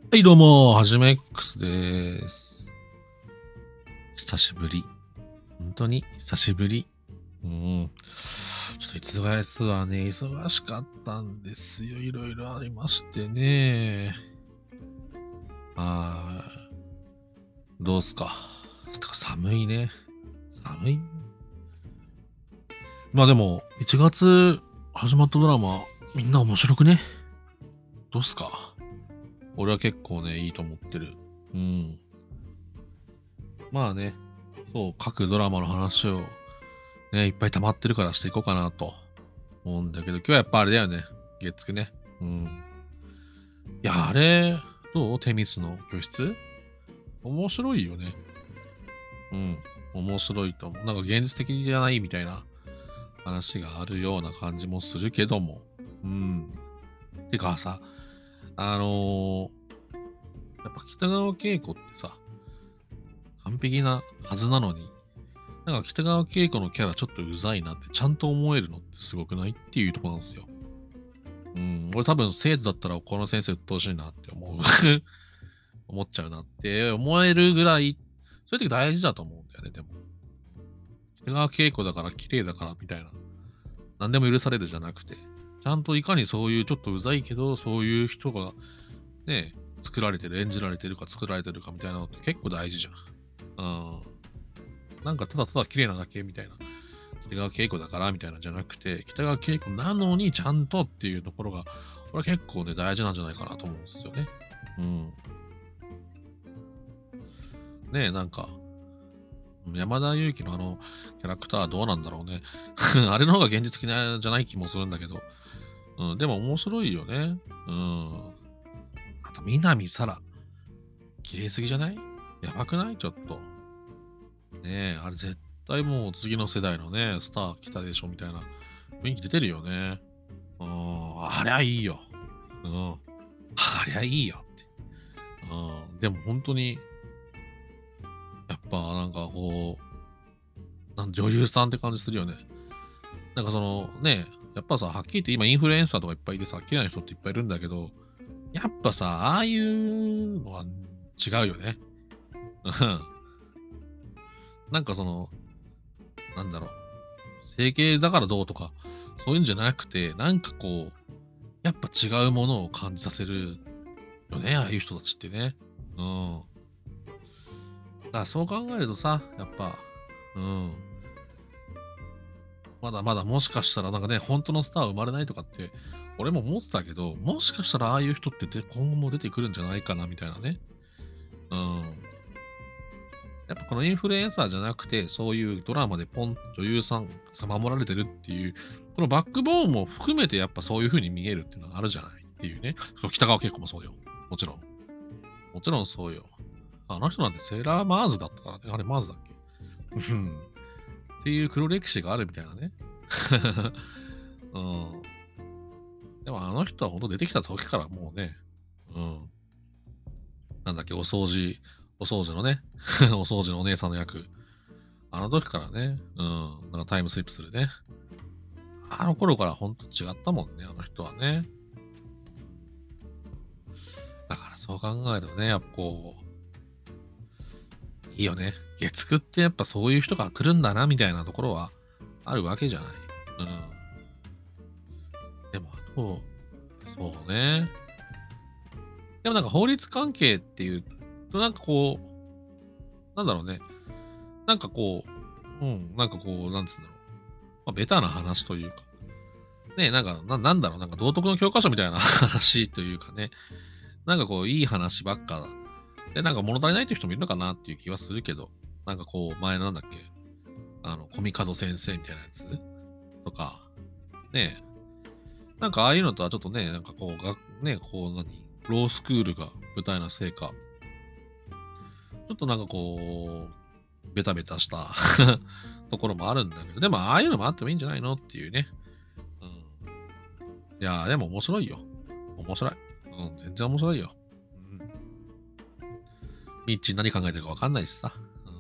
はい、どうも、はじめ X です。久しぶり。本当に久しぶり。うん。ちょっといつはね、忙しかったんですよ。いろいろありましてね。はい。どうすか。てか寒いね。寒い。まあでも、1月始まったドラマ、みんな面白くね。どうすか。俺は結構ね、いいと思ってる。うん。まあね、そう、各ドラマの話をね、いっぱい溜まってるからしていこうかなと思うんだけど、今日はやっぱあれだよね。月9ね。うん。いや、あれ、どうテミスの教室面白いよね。うん。面白いと思う。なんか現実的じゃないみたいな話があるような感じもするけども。うん。てかさ、あのやっぱ北川景子ってさ、完璧なはずなのに、なんか北川景子のキャラちょっとうざいなってちゃんと思えるのってすごくないっていうとこなんですよ。うん、俺多分生徒だったらこの先生鬱陶しいなって思う思っちゃうなって思えるぐらい、そういう時大事だと思うんだよね、でも。北川景子だから綺麗だからみたいな。何でも許されるじゃなくて、ちゃんといかにそういうちょっとうざいけど、そういう人がね、作られてる、演じられてるか作られてるかみたいなのって結構大事じゃん。うん。なんかただただ綺麗なだけみたいな。北川景子だからみたいなんじゃなくて、北川景子なのにちゃんとっていうところが、これは結構ね、大事なんじゃないかなと思うんですよね。うん。ねえ、なんか、山田裕貴のあのキャラクターはどうなんだろうね。あれの方が現実的なじゃない気もするんだけど。うん、でも面白いよね。うん。あと、南沙羅。綺麗すぎじゃないやばくないちょっと。ねえ、あれ絶対もう次の世代のね、スター来たでしょみたいな雰囲気出てるよね。うん、ありゃいいよ。うん。ありゃいいよって。うん。でも本当に、やっぱなんかこう、女優さんって感じするよね。なんかそのね、やっぱさ、はっきり言って今インフルエンサーとかいっぱいいてさ、綺麗な人っていっぱいいるんだけど、やっぱさ、ああいうのは違うよね。うん。なんかその、なんだろう、整形だからどうとか、そういうんじゃなくて、なんかこう、やっぱ違うものを感じさせるよね、ああいう人たちってね。うん。だからそう考えるとさ、やっぱ、うん。まだまだもしかしたらなんかね、本当のスター生まれないとかって、俺も思ってたけど、もしかしたらああいう人って今後も出てくるんじゃないかなみたいなね。うん。やっぱこのインフルエンサーじゃなくて、そういうドラマでポン、女優さんが守られてるっていう、このバックボーンも含めてやっぱそういう風に見えるっていうのがあるじゃないっていうね。そう北川景子もそうよ。もちろん。もちろんそうよ。あの人なんてセーラーマーズだったからね。あれマーズだっけ。うん。っていう黒歴史があるみたいなね。うん。でもあの人は本当出てきた時からもうね、うん。なんだっけ、お掃除のね、お掃除のお姉さんの役。あの時からね、うん。なんかタイムスリップするね。あの頃から本当違ったもんね、あの人はね。だからそう考えるとね、やっぱこう、いいよね。月9ってやっぱそういう人が来るんだな、みたいなところはあるわけじゃない。うん。でも、あと、そうね。でもなんか法律関係っていうと、なんかこう、なんだろうね。なんかこう、うん、なんかこう、なんつうんだろう。まあ、ベタな話というか。ね、なんか、なんだろう、なんか道徳の教科書みたいな話というかね。なんかこう、いい話ばっかで、なんか物足りないっていう人もいるのかなっていう気はするけど、なんかこう、前のなんだっけ、コミカド先生みたいなやつとか、ね、なんかああいうのとはちょっとね、なんかこう、ね、こうロースクールが舞台のせいか、ちょっとなんかこう、ベタベタしたところもあるんだけど、でもああいうのもあってもいいんじゃないのっていうね。うん。いやー、でも面白いよ。面白い。うん、全然面白いよ。うん。ミッチー何考えてるかわかんないしさ。うん。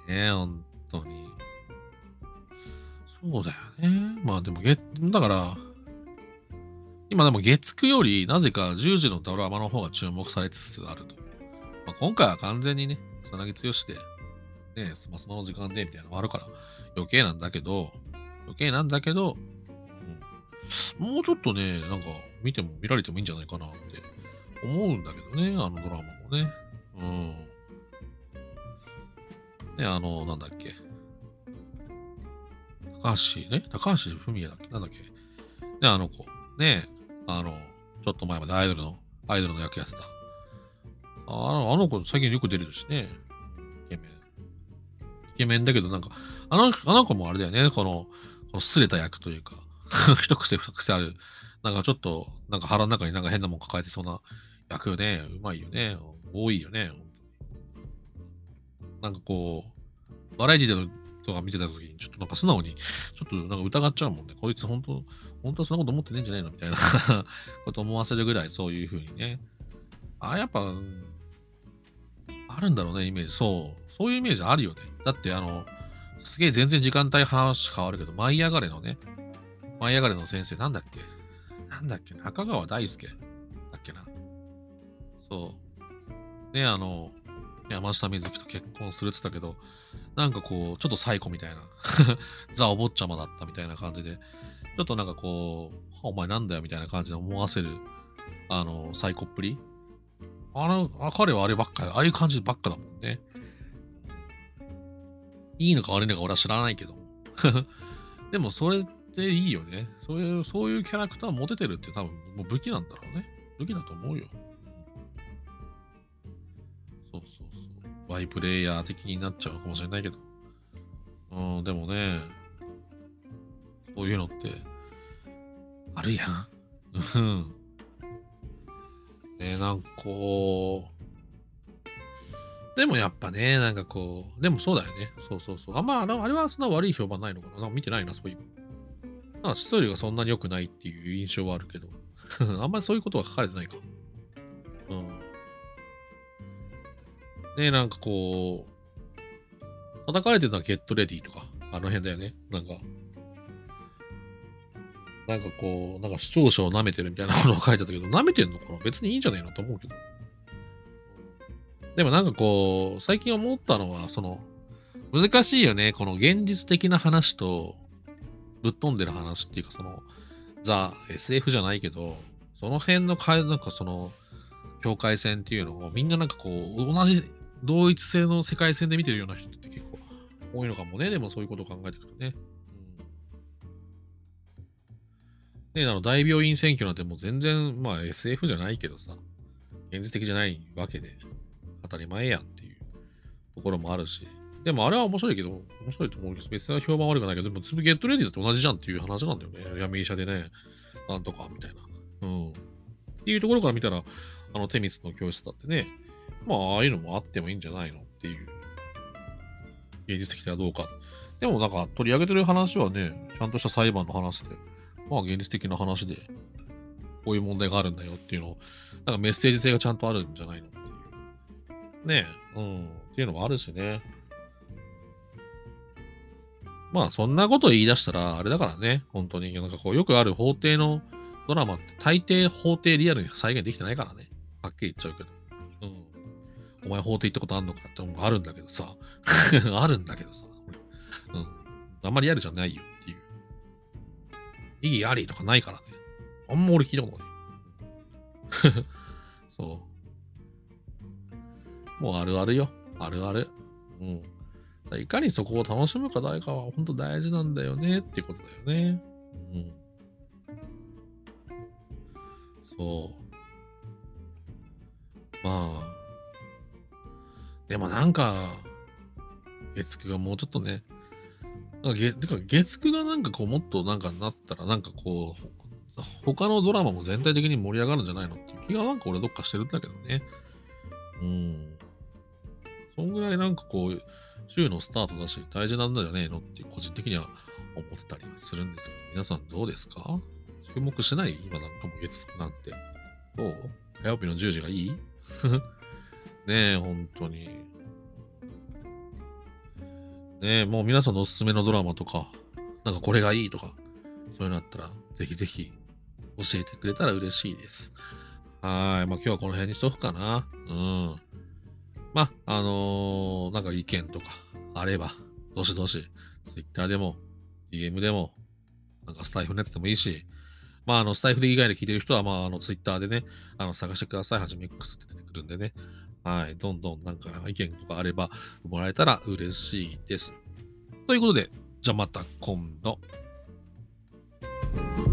ねえ、本当に。そうだよね。まあでもだから、 今でも月9よりなぜか10時のドラマの方が注目されつつあると。まあ、今回は完全にね、草薙剛で、ね、スマスマの時間でみたいなのもあるから余計なんだけど、もうちょっとね、なんか見られてもいいんじゃないかなって思うんだけどね、あのドラマもね。うん。ね、なんだっけ。高橋文也だっけなんだっけね、あの子。ね、あの、ちょっと前までアイドルの役やってた。あの子最近よく出るしね。イケメン。イケメンだけどなんか、あの子もあれだよね、この擦れた役というか、一癖二癖ある。なんかちょっと、なんか腹の中になんか変なもん抱えてそうな役ね、うまいよね。多いよね。なんかこう、バラエティでとか見てた時に、ちょっとなんか素直に、ちょっとなんか疑っちゃうもんね。こいつ本当はそんなこと思ってねえんじゃないのみたいなこと思わせるぐらいそういう風にね。やっぱ、あるんだろうね、イメージ。そういうイメージあるよね。だってすげえ全然時間帯話変わるけど、舞い上がれの先生なんだっけ中川大輔だっけな。そう。ね、山下美月と結婚するって言ったけど、なんかこう、ちょっとサイコみたいなザ・お坊ちゃまだったみたいな感じで、ちょっとなんかこう、お前なんだよみたいな感じで思わせる、サイコっぷり。彼はあればっかり、ああいう感じばっかだもんね。いいのか悪いのか俺は知らないけど。でもそれっていいよね。そういうキャラクター持ててるって多分もう武器なんだろうね。武器だと思うよ。そうそうそう。バイプレイヤー的になっちゃうかもしれないけど。うん、でもね、そういうのってあるやん。うん。ね、なんかこう、でもやっぱね、なんかこう、でもそうだよね。そうそうそう。あれはそんな悪い評判ないのかななんか見てないな、そういう。なんかストーリーがそんなに良くないっていう印象はあるけど。あんまりそういうことは書かれてないか。うん。ね、なんかこう、叩かれてるのはゲットレディとか、あの辺だよね。なんかこう、なんか視聴者を舐めてるみたいなことを書いてたけど、舐めてんのかな別にいいんじゃないのと思うけど。でもなんかこう、最近思ったのは、難しいよね。この現実的な話と、ぶっ飛んでる話っていうか、SF じゃないけど、その辺のなんか境界線っていうのを、みんななんかこう、同一性の世界線で見てるような人って結構多いのかもね。でもそういうことを考えてくるね。ね、大病院選挙なんてもう全然、まあ SF じゃないけどさ、現実的じゃないわけで、当たり前やんっていうところもあるし。でもあれは面白いけど、面白いと思うけど、別に評判悪くないけど、でも、ゲットレディだって同じじゃんっていう話なんだよね。闇医者でね、なんとか、みたいな。うん。っていうところから見たら、テミスの教室だってね、まあ、ああいうのもあってもいいんじゃないのっていう、現実的にはどうか。でもなんか取り上げてる話はね、ちゃんとした裁判の話で、まあ現実的な話で、こういう問題があるんだよっていうのを、なんかメッセージ性がちゃんとあるんじゃないのっていう。ねえ、うん、っていうのもあるしね。まあそんなこと言い出したら、あれだからね、本当に、なんかこう、よくある法廷のドラマって大抵法廷リアルに再現できてないからね。はっきり言っちゃうけど。うん。お前法廷行ったことあんのかってあるんだけどさ。あるんだけどさ。うん。あんまりリアルじゃないよっていう。意義ありとかないからね。あんま俺聞いたことない。そう。もうあるあるよ。あるある。うん。いかにそこを楽しむかどうかは本当大事なんだよねっていうことだよね。うん。そう。まあ。でもなんか、月9がもうちょっとね、てか月9がなんかこうもっとなんかなったらなんかこう、他のドラマも全体的に盛り上がるんじゃないのっていう気がなんか俺どっかしてるんだけどね。うん。そんぐらいなんかこう、週のスタートだし大事なんじゃねえのって個人的には思ってたりするんですけど、皆さんどうですか？注目しない今なんかも月9なんて。どう？火曜日の10時がいいねえ、本当に。ねえ、もう皆さんのおすすめのドラマとか、なんかこれがいいとか、そういうのあったら、ぜひぜひ教えてくれたら嬉しいです。はい。まあ今日はこの辺にしとくかな。うん。まあ、なんか意見とかあれば、どしどし、Twitter でも、DM でも、なんかスタイフのやつでもいいし、まあ、スタイフで以外で聞いてる人は、まあ、ツイッターでね、探してください。はじめ X って出てくるんでね。はい。どんどんなんか意見とかあればもらえたら嬉しいです。ということで、じゃあまた今度。